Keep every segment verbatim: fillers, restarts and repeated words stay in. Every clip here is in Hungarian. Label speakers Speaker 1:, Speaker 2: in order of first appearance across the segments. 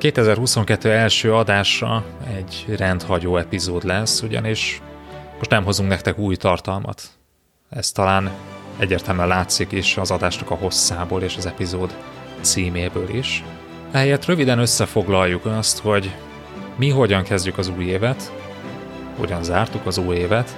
Speaker 1: kétezer-huszonkettő első adása egy rendhagyó epizód lesz, ugyanis most nem hozunk nektek új tartalmat. Ez talán egyértelműen látszik is az adásnak a hosszából és az epizód címéből is. Ehelyett röviden összefoglaljuk azt, hogy mi hogyan kezdjük az új évet, hogyan zártuk az új évet,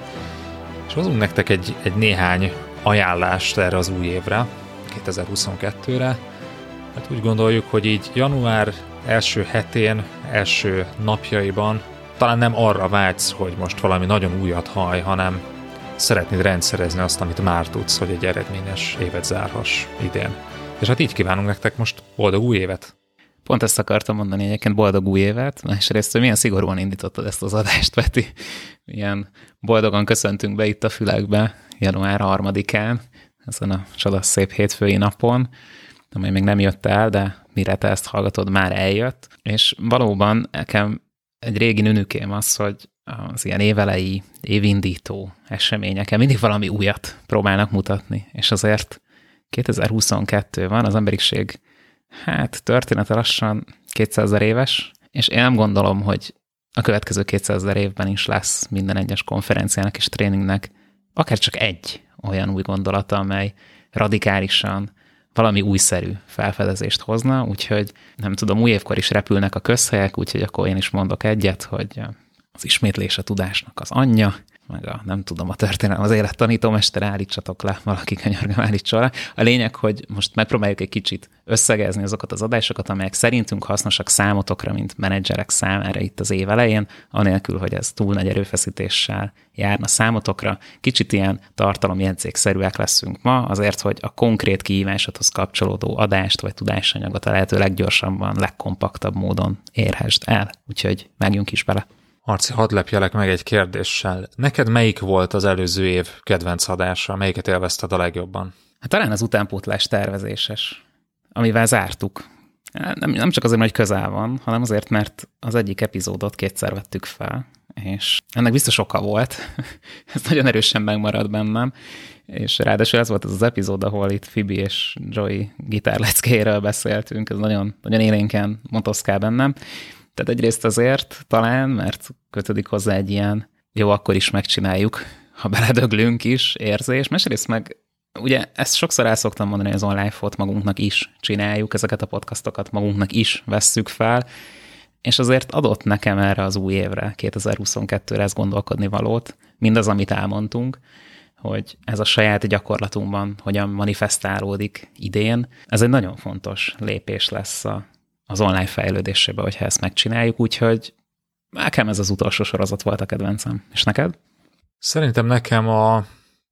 Speaker 1: és hozunk nektek egy, egy néhány ajánlást erre az új évre, kétezer-huszonkettőre. Hát úgy gondoljuk, hogy így január első hetén, első napjaiban talán nem arra vágysz, hogy most valami nagyon újat hallj, hanem szeretnéd rendszerezni azt, amit már tudsz, hogy egy eredményes évet zárhass idén. És hát így kívánunk nektek most boldog új évet!
Speaker 2: Pont ezt akartam mondani, egyébként boldog új évet, másrészt, hogy milyen szigorúan indítottad ezt az adást, Peti. Milyen boldogan köszöntünk be itt a fülekbe január harmadikán, ezen a csodas szép hétfői napon, amely még nem jött el, de mire te ezt hallgatod, már eljött. És valóban nekem egy régi nünükém az, hogy az ilyen évelei, évindító eseményeken mindig valami újat próbálnak mutatni, és azért kétezer-huszonkettő van, az emberiség hát története lassan kétszázezer éves, és én nem gondolom, hogy a következő kétszázezer évben is lesz minden egyes konferenciának és tréningnek akár csak egy olyan új gondolata, amely radikálisan valami újszerű felfedezést hozna, úgyhogy nem tudom, új évkor is repülnek a közhelyek, úgyhogy akkor én is mondok egyet, hogy az ismétlés a tudásnak az anyja, meg a nem tudom, a történelem az élet tanítómestere, állítsatok le, valaki könyörgöm állítsa le. A lényeg, hogy most megpróbáljuk egy kicsit összegezni azokat az adásokat, amelyek szerintünk hasznosak számotokra, mint menedzserek számára itt az év elején, anélkül, hogy ez túl nagy erőfeszítéssel járna számotokra. Kicsit ilyen tartalomjegyzékszerűek leszünk ma, azért, hogy a konkrét kihívásodhoz kapcsolódó adást vagy tudásanyagot a lehető leggyorsabban, legkompaktabb módon érhessd el. Úgyhogy vágjunk is bele.
Speaker 1: Marci, hadd lepjelek meg egy kérdéssel. Neked melyik volt az előző év kedvenc adása? Melyiket élvezted a legjobban?
Speaker 2: Hát talán az utánpótlás tervezéses, amivel zártuk. Nem, nem csak azért, hogy közel van, hanem azért, mert az egyik epizódot kétszer vettük fel, és ennek biztos oka volt. Ez nagyon erősen megmaradt bennem, és ráadásul ez volt az az epizód, ahol itt Phoebe és Joey gitárleckéről beszéltünk, ez nagyon, nagyon élénken motoszkál bennem. Tehát egyrészt azért talán, mert kötődik hozzá egy ilyen jó, akkor is megcsináljuk, ha beledöglünk is érzés. Másrészt meg ugye ezt sokszor el szoktam mondani, hogy az online fót magunknak is csináljuk, ezeket a podcastokat magunknak is vesszük fel, és azért adott nekem erre az új évre, kétezer-huszonkettőre ezt gondolkodni valót, mindaz, amit elmondtunk, hogy ez a saját gyakorlatunkban hogyan manifestálódik idén. Ez egy nagyon fontos lépés lesz a az online fejlődésébe, hogyha ezt megcsináljuk, úgyhogy nekem ez az utolsó sorozat volt a kedvencem. És neked?
Speaker 1: Szerintem nekem a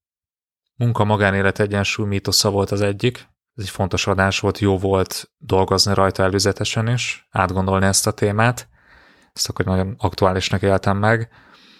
Speaker 1: munka-magánélet egyensúly mítosza volt az egyik. Ez egy fontos adás volt, jó volt dolgozni rajta előzetesen is, átgondolni ezt a témát. Ezt akkor nagyon aktuálisnak éltem meg.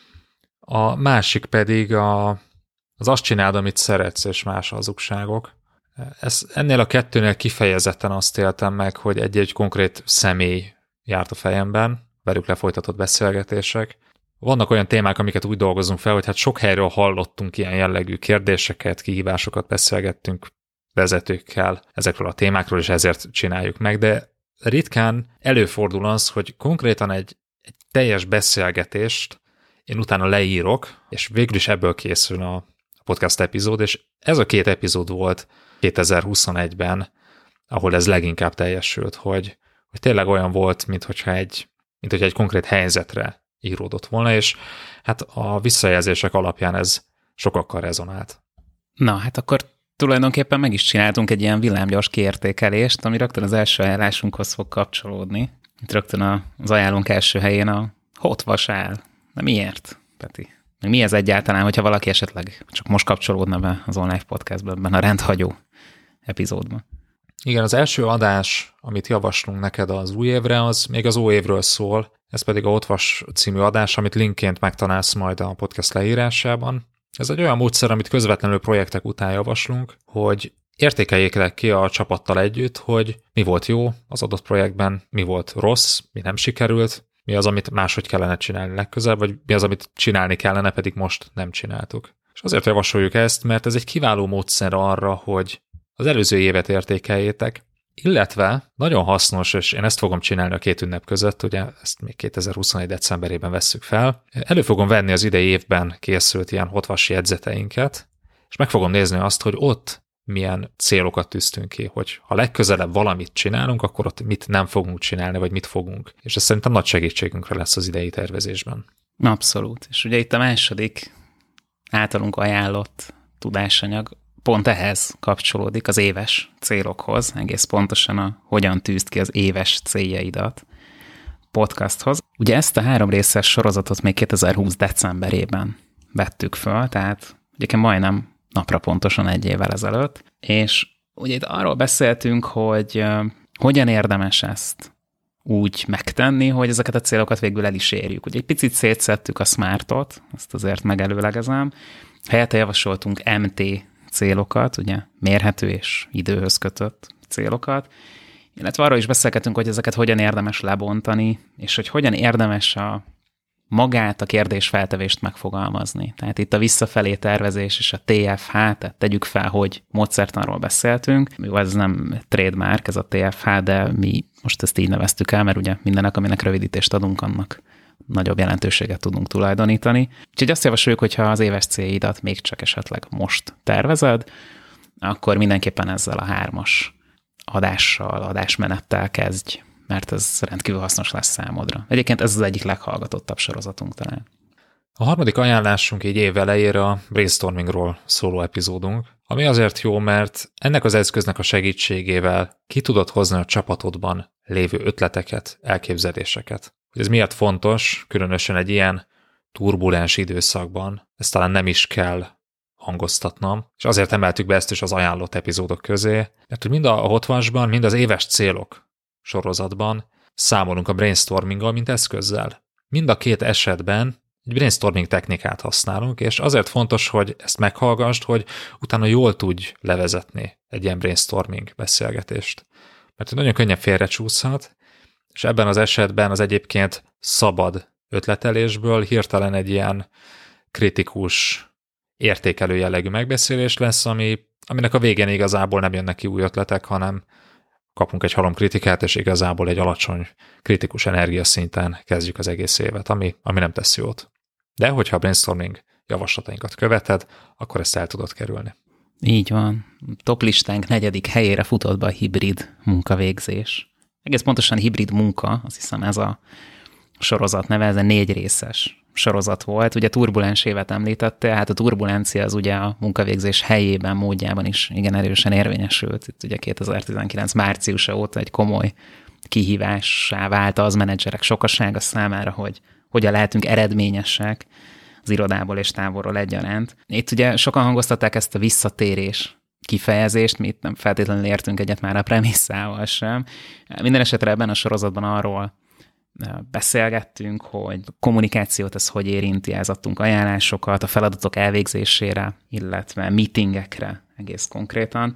Speaker 1: A másik pedig a, az azt csináld, amit szeretsz, és más hazugságok. Ez, ennél a kettőnél kifejezetten azt éltem meg, hogy egy-egy konkrét személy járt a fejemben, velük lefolytatott beszélgetések. Vannak olyan témák, amiket úgy dolgozunk fel, hogy hát sok helyről hallottunk ilyen jellegű kérdéseket, kihívásokat, beszélgettünk vezetőkkel ezekről a témákról, és ezért csináljuk meg, de ritkán előfordul az, hogy konkrétan egy, egy teljes beszélgetést én utána leírok, és végül is ebből készül a podcast epizód, és ez a két epizód volt kétezer-huszonegyben, ahol ez leginkább teljesült, hogy, hogy tényleg olyan volt, minthogyha egy, minthogyha egy konkrét helyzetre íródott volna, és hát a visszajelzések alapján ez sokakkal rezonált.
Speaker 2: Na, hát akkor tulajdonképpen meg is csináltunk egy ilyen villámgyors kiértékelést, ami rögtön az első ajánlásunkhoz fog kapcsolódni. Itt rögtön az ajánlónk első helyén a Hotvas áll. De miért, Peti? Meg mi ez egyáltalán, hogyha valaki esetleg csak most kapcsolódna be az online podcastban, ebben a rendhagyó epizódban?
Speaker 1: Igen, az első adás, amit javaslunk neked az új évre, az még az új évről szól, ez pedig a Hotvas című adás, amit linkként megtalálsz majd a podcast leírásában. Ez egy olyan módszer, amit közvetlenül projektek után javaslunk, hogy értékeljék ki a csapattal együtt, hogy mi volt jó az adott projektben, mi volt rossz, mi nem sikerült, mi az, amit máshogy kellene csinálni legközelebb, vagy mi az, amit csinálni kellene, pedig most nem csináltuk. És azért javasoljuk ezt, mert ez egy kiváló módszer arra, hogy az előző évet értékeljétek, Illetve nagyon hasznos, és én ezt fogom csinálni a két ünnep között, ugye ezt még kétezer-huszonegy decemberében vesszük fel. Elő fogom venni az idei évben készült ilyen hotvas jegyzeteinket, és meg fogom nézni azt, hogy ott milyen célokat tűztünk ki, hogy ha legközelebb valamit csinálunk, akkor ott mit nem fogunk csinálni, vagy mit fogunk. És ez szerintem nagy segítségünkre lesz az idei tervezésben.
Speaker 2: Abszolút. És ugye itt a második általunk ajánlott tudásanyag pont ehhez kapcsolódik, az éves célokhoz, egész pontosan a hogyan tűzd ki az éves céljaidat podcasthoz. Ugye ezt a három részes sorozatot még kétezer-húsz decemberében vettük föl, tehát ugye majdnem napra pontosan egy évvel ezelőtt, és ugye itt arról beszéltünk, hogy uh, hogyan érdemes ezt úgy megtenni, hogy ezeket a célokat végül el is érjük. Ugye egy picit szétszettük a Smartot, ezt azért megelőlegezem, helyette javasoltunk em té célokat, ugye mérhető és időhöz kötött célokat, illetve arról is beszélgetünk, hogy ezeket hogyan érdemes lebontani, és hogy hogyan érdemes a magát a kérdésfeltevést megfogalmazni. Tehát itt a visszafelé tervezés és a té ef há, tehát tegyük fel, hogy módszertanról beszéltünk. Jó, ez nem trademark, ez a té ef há, de mi most ezt így neveztük el, mert ugye mindenek, aminek rövidítést adunk, annak nagyobb jelentőséget tudunk tulajdonítani. Úgyhogy azt javasoljuk, hogyha az éves céljaidat még csak esetleg most tervezed, akkor mindenképpen ezzel a hármas adással, adásmenettel kezdj, mert ez rendkívül hasznos lesz számodra. Egyébként ez az egyik leghallgatottabb sorozatunk talán.
Speaker 1: A harmadik ajánlásunk így év elejére a brainstormingról szóló epizódunk, ami azért jó, mert ennek az eszköznek a segítségével ki tudod hozni a csapatodban lévő ötleteket, elképzeléseket. Hogy ez miért fontos, különösen egy ilyen turbulens időszakban, ezt talán nem is kell hangoztatnom, és azért emeltük be ezt is az ajánlott epizódok közé, mert hogy mind a hotvasban, mind az éves célok sorozatban számolunk a brainstorminggal, mint eszközzel. Mind a két esetben egy brainstorming technikát használunk, és azért fontos, hogy ezt meghallgassd, hogy utána jól tudj levezetni egy ilyen brainstorming beszélgetést. Mert nagyon könnyen félrecsúszhat, és ebben az esetben az egyébként szabad ötletelésből hirtelen egy ilyen kritikus, értékelő jellegű megbeszélés lesz, ami, aminek a végén igazából nem jönnek ki új ötletek, hanem kapunk egy halom kritikát, és igazából egy alacsony kritikus energiaszinten kezdjük az egész évet, ami, ami nem tesz jót. De hogyha a brainstorming javaslatainkat követed, akkor ezt el tudod kerülni.
Speaker 2: Így van. Top listánk negyedik helyére futott be a hibrid munkavégzés. Egész pontosan hibrid munka, azt hiszem ez a sorozat neve, ez egy négy részes sorozat volt. Ugye turbulens évet említette, hát a turbulencia az ugye a munkavégzés helyében, módjában is igen erősen érvényesült. Itt ugye kétezer-tizenkilenc márciusa óta egy komoly kihívássá vált az menedzserek sokasága számára, hogy hogyan lehetünk eredményesek az irodából és távolról egyaránt. Itt ugye sokan hangoztatták ezt a visszatérés kifejezést, mi itt nem feltétlenül értünk egyet már a premisszával sem. Minden esetre ebben a sorozatban arról beszélgettünk, hogy a kommunikációt ez hogy érinti, ez adtunk ajánlásokat a feladatok elvégzésére, illetve meetingekre egész konkrétan,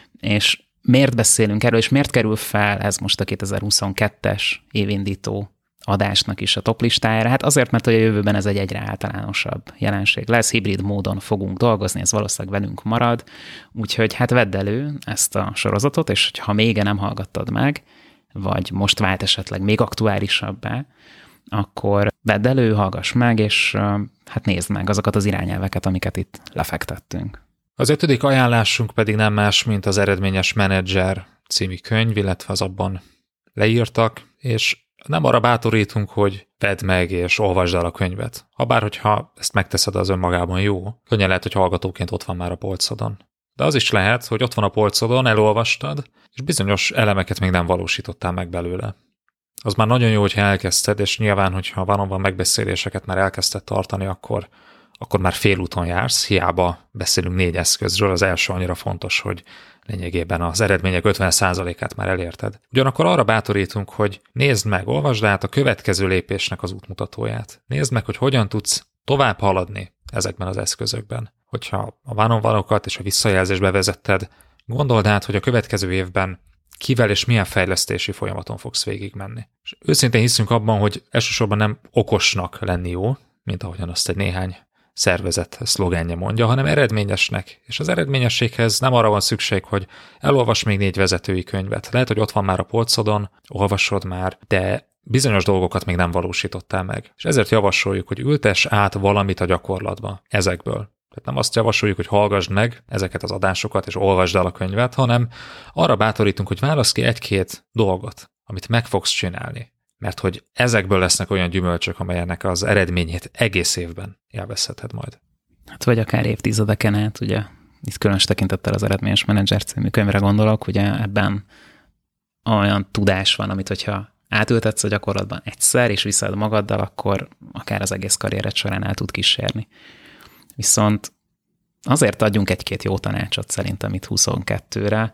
Speaker 2: és miért beszélünk erről, és miért kerül fel ez most a kétezer-huszonkettes évindító adásnak is a top listájára? Hát azért, mert a jövőben ez egy egyre általánosabb jelenség lesz, hibrid módon fogunk dolgozni, ez valószínűleg velünk marad, úgyhogy hát vedd elő ezt a sorozatot, és ha még nem hallgattad meg, vagy most vált esetleg még aktuálisabbá, akkor vedd elő, hallgass meg, és hát nézd meg azokat az irányelveket, amiket itt lefektettünk.
Speaker 1: Az ötödik ajánlásunk pedig nem más, mint az Eredményes Menedzser című könyv, illetve az abban leírtak, és nem arra bátorítunk, hogy vedd meg és olvasd el a könyvet. Habár, hogyha ezt megteszed, az önmagában jó, könnyen lehet, hogy hallgatóként ott van már a polcodon. De az is lehet, hogy ott van a polcodon, elolvastad, és bizonyos elemeket még nem valósítottál meg belőle. Az már nagyon jó, hogyha elkezdted, és nyilván, hogyha van-van megbeszéléseket már elkezdted tartani, akkor, akkor már félúton jársz, hiába beszélünk négy eszközről, az első annyira fontos, hogy lényegében az eredmények ötven százalékát már elérted. Ugyanakkor arra bátorítunk, hogy nézd meg, olvasd át a következő lépésnek az útmutatóját. Nézd meg, hogy hogyan tudsz tovább haladni ezekben az eszközökben. Hogyha a van-on-vanokat és a visszajelzést bevezetted, gondold át, hogy a következő évben kivel és milyen fejlesztési folyamaton fogsz végigmenni. És őszintén hiszünk abban, hogy elsősorban nem okosnak lenni jó, mint ahogyan azt egy néhány szervezet szlogenje mondja, hanem eredményesnek. És az eredményességhez nem arra van szükség, hogy elolvas még négy vezetői könyvet. Lehet, hogy ott van már a polcodon, olvasod már, de bizonyos dolgokat még nem valósítottál meg. És ezért javasoljuk, hogy ültess át valamit a gyakorlatba ezekből. Tehát nem azt javasoljuk, hogy hallgassd meg ezeket az adásokat, és olvasd el a könyvet, hanem arra bátorítunk, hogy válasz ki egy-két dolgot, amit meg fogsz csinálni. Mert hogy ezekből lesznek olyan gyümölcsök, amelynek az eredményét egész évben élvezheted majd.
Speaker 2: Hát vagy akár évtizedeken át, ugye, itt különös tekintettel az Eredményes Menedzser című könyvre gondolok, ugye ebben olyan tudás van, amit hogyha átültetsz a gyakorlatban egyszer, és viszed magaddal, akkor akár az egész karriered során el tud kísérni. Viszont azért adjunk egy-két jó tanácsot szerintem itt huszonkettőre,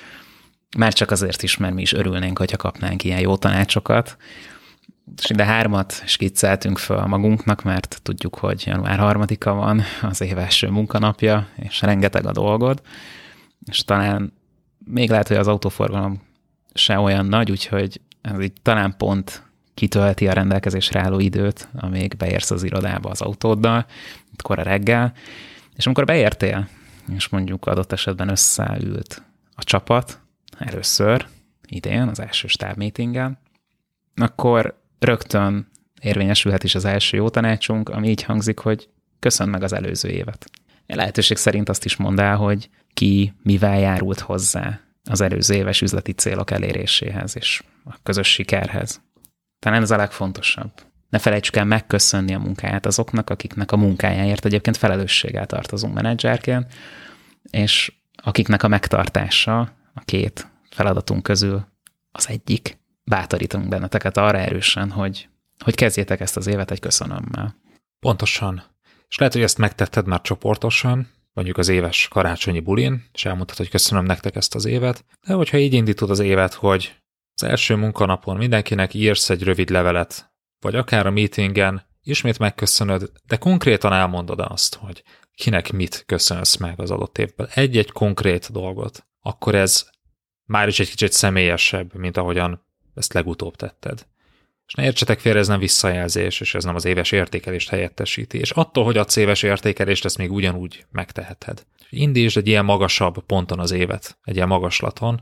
Speaker 2: már csak azért is, mert mi is örülnénk, hogyha kapnánk ilyen jó tanácsokat. És ide hármat skicceltünk föl magunknak, mert tudjuk, hogy január harmadika van, az év első munkanapja, és rengeteg a dolgod, és talán még lehet, hogy az autóforgalom se olyan nagy, úgyhogy ez így talán pont kitölti a rendelkezésre álló időt, amíg beérsz az irodába az autóddal, kora reggel, és amikor beértél, és mondjuk adott esetben összeült a csapat, először idén, az első stábmeetingen, akkor rögtön érvényesülhet is az első jó tanácsunk, ami így hangzik, hogy köszönd meg az előző évet. Lehetőség szerint azt is mondd el, hogy ki mivel járult hozzá az előző éves üzleti célok eléréséhez és a közös sikerhez. Talán ez a legfontosabb. Ne felejtsük el megköszönni a munkáját azoknak, akiknek a munkájáért egyébként felelősséggel tartozunk menedzserként, és akiknek a megtartása a két feladatunk közül az egyik. Bátorítunk benneteket arra erősen, hogy, hogy kezdjétek ezt az évet egy köszönömmel.
Speaker 1: Pontosan. És lehet, hogy ezt megtetted már csoportosan, mondjuk az éves karácsonyi bulin, és elmondtad, hogy köszönöm nektek ezt az évet, de hogyha így indítod az évet, hogy az első munkanapon mindenkinek írsz egy rövid levelet, vagy akár a meetingen ismét megköszönöd, de konkrétan elmondod azt, hogy kinek mit köszönsz meg az adott évben, egy-egy konkrét dolgot, akkor ez már is egy kicsit személyesebb, mint ahogyan ezt legutóbb tetted. És ne értsetek félre, ez nem visszajelzés, és ez nem az éves értékelést helyettesíti, és attól, hogy adsz éves értékelést, ezt még ugyanúgy megteheted. Indítsd egy ilyen magasabb ponton az évet, egy ilyen magaslaton,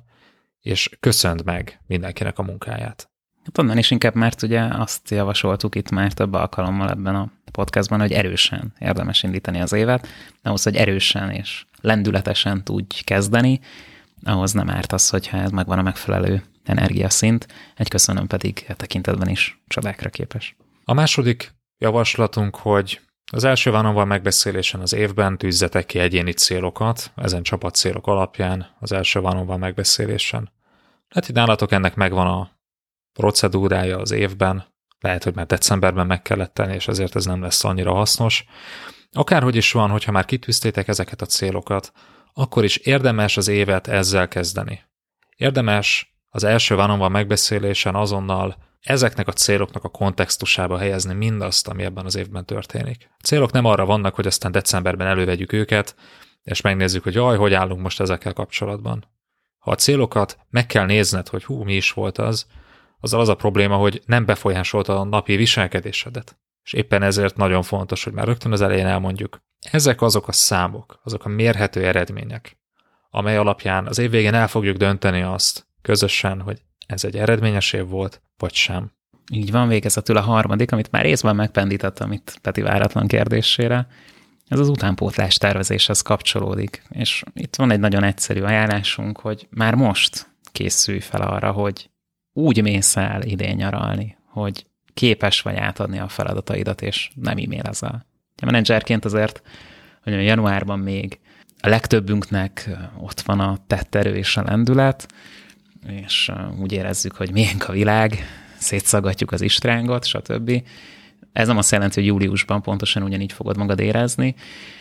Speaker 1: és köszönd meg mindenkinek a munkáját.
Speaker 2: Hát onnan is inkább, mert ugye azt javasoltuk itt már több alkalommal ebben a podcastban, hogy erősen érdemes indítani az évet, ahhoz, hogy erősen és lendületesen tudj kezdeni, ahhoz nem árt az, hogyha ez megvan a megfelelő energiaszint, egy köszönöm pedig e tekintetben is csodákra képes.
Speaker 1: A második javaslatunk, hogy az első one-on-one megbeszélésen az évben tűzzetek ki egyéni célokat, ezen csapatcélok alapján az első one-on-one megbeszélésen. Lehet, hogy nálatok ennek megvan a procedúrája az évben, lehet, hogy már decemberben meg kellett tenni, és ezért ez nem lesz annyira hasznos. Akárhogy is van, hogyha már kitűztétek ezeket a célokat, akkor is érdemes az évet ezzel kezdeni. Érdemes az első one-on-one megbeszélésen azonnal ezeknek a céloknak a kontextusába helyezni mindazt, ami ebben az évben történik. A célok nem arra vannak, hogy aztán decemberben elővegyük őket, és megnézzük, hogy jaj, hogy állunk most ezekkel kapcsolatban. Ha a célokat meg kell nézned, hogy hú, mi is volt az, azzal az a probléma, hogy nem befolyásolta a napi viselkedésedet. És éppen ezért nagyon fontos, hogy már rögtön az elején elmondjuk. Ezek azok a számok, azok a mérhető eredmények, amely alapján az év végén el fogjuk dönteni azt közösen, hogy ez egy eredményes év volt, vagy sem.
Speaker 2: Így van, végezetül a harmadik, amit már részben megpendítettem itt Peti váratlan kérdésére, ez az utánpótlás tervezéshez kapcsolódik. És itt van egy nagyon egyszerű ajánlásunk, hogy már most készülj fel arra, hogy úgy mész el idén nyaralni, hogy képes vagy átadni a feladataidat, és nem e-mailezel. A menedzserként azért, hogy a januárban még a legtöbbünknek ott van a tetterő és a lendület, és úgy érezzük, hogy miénk a világ, szétszagatjuk az istrángot, stb. Ez nem azt jelenti, hogy júliusban pontosan ugyanígy fogod magad érezni,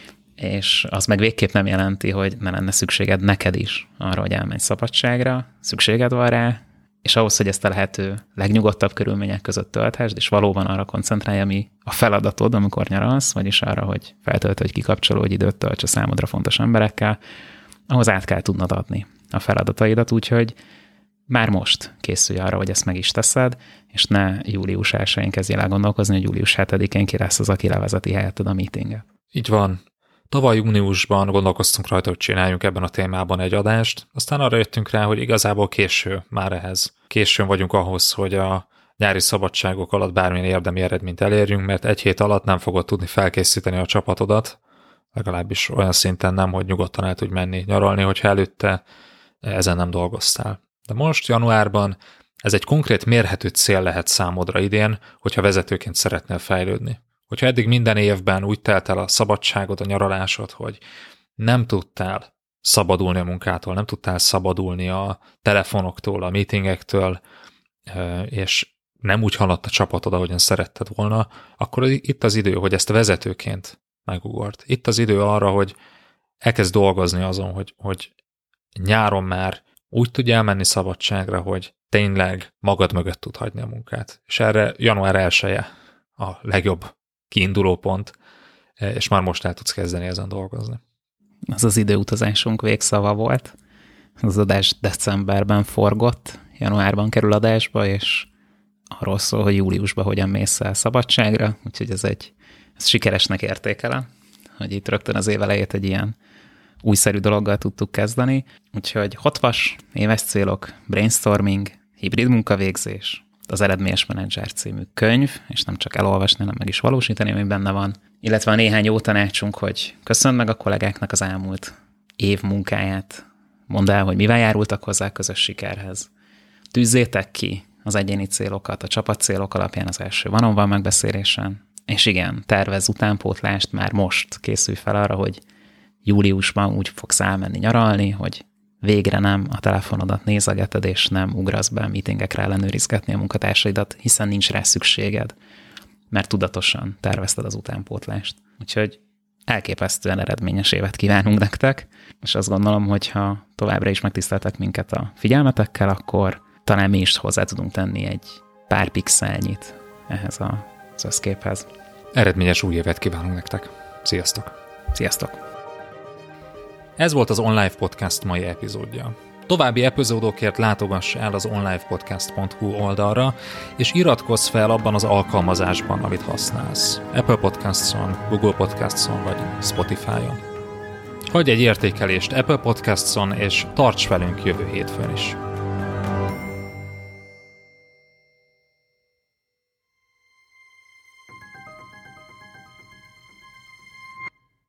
Speaker 2: és az meg végképp nem jelenti, hogy ne lenne szükséged neked is arra, hogy elmenj szabadságra, szükséged van rá, és ahhoz, hogy ezt a lehető legnyugodtabb körülmények között tölthesd, és valóban arra koncentrálj, ami a feladatod, amikor nyaralsz, vagyis arra, hogy feltölt, hogy kikapcsolódj, időt tölts a számodra fontos emberekkel, ahhoz át kell tudnod adni a feladataidat, úgyhogy már most készülj arra, hogy ezt meg is teszed, és ne július elsején kezdjél el gondolkozni, hogy július hetedikén ki lesz az, aki levezeti helyetted a meetinget.
Speaker 1: Így van. Tavaly júniusban gondolkoztunk rajta, hogy csináljunk ebben a témában egy adást, aztán arra jöttünk rá, hogy igazából késő már ehhez. Későn vagyunk ahhoz, hogy a nyári szabadságok alatt bármilyen érdemi eredményt elérjünk, mert egy hét alatt nem fogod tudni felkészíteni a csapatodat, legalábbis olyan szinten nem, hogy nyugodtan el tudj menni nyaralni, hogyha előtte ezen nem dolgoztál. De most januárban ez egy konkrét mérhető cél lehet számodra idén, hogyha vezetőként szeretnél fejlődni. Hogyha eddig minden évben úgy telt el a szabadságod, a nyaralásod, hogy nem tudtál szabadulni a munkától, nem tudtál szabadulni a telefonoktól, a meetingektől, és nem úgy haladt a csapatod, ahogyan szeretted volna, akkor itt az idő, hogy ezt vezetőként megugort. Itt az idő arra, hogy elkezd dolgozni azon, hogy, hogy nyáron már úgy tudj elmenni szabadságra, hogy tényleg magad mögött tud hagyni a munkát. És erre január elseje a legjobb kiinduló pont, és már most el tudsz kezdeni ezen dolgozni.
Speaker 2: Az az időutazásunk végszava volt. Az adás decemberben forgott, januárban kerül adásba, és arról szól, hogy júliusban hogyan mész el szabadságra, úgyhogy ez egy ez sikeresnek értékelem, hogy itt rögtön az év elejét egy ilyen újszerű dologgal tudtuk kezdeni. Úgyhogy hotvas, éves célok, brainstorming, hibrid munkavégzés, az Eredményes Menedzser című könyv, és nem csak elolvasni, hanem meg is valósítani, ami benne van. Illetve a néhány jó tanácsunk, hogy köszönj meg a kollégáknak az elmúlt év munkáját, mondd el, hogy mivel járultak hozzá a közös sikerhez. Tűzzétek ki az egyéni célokat, a csapat célok alapján az első van-on-van megbeszélésen. És igen, tervez utánpótlást, már most készülj fel arra, hogy júliusban úgy fogsz elmenni nyaralni, hogy végre nem a telefonodat nézegeted, és nem ugrasz be meetingekre ellenőrizgetni a munkatársaidat, hiszen nincs rá szükséged, mert tudatosan tervezted az utánpótlást. Úgyhogy elképesztően eredményes évet kívánunk nektek, és azt gondolom, hogy ha továbbra is megtiszteltek minket a figyelmetekkel, akkor talán mi is hozzá tudunk tenni egy pár pixelnyit ehhez az összképhez.
Speaker 1: Eredményes új évet kívánunk nektek. Sziasztok!
Speaker 2: Sziasztok!
Speaker 1: Ez volt az OnLive Podcast mai epizódja. További epizódokért látogass el az onlivepodcast pont hu oldalra, és iratkozz fel abban az alkalmazásban, amit használsz. Apple Podcasts-on, Google Podcasts-on vagy Spotify-on. Hagyj egy értékelést Apple Podcasts-on, és tarts velünk jövő hétfőn is.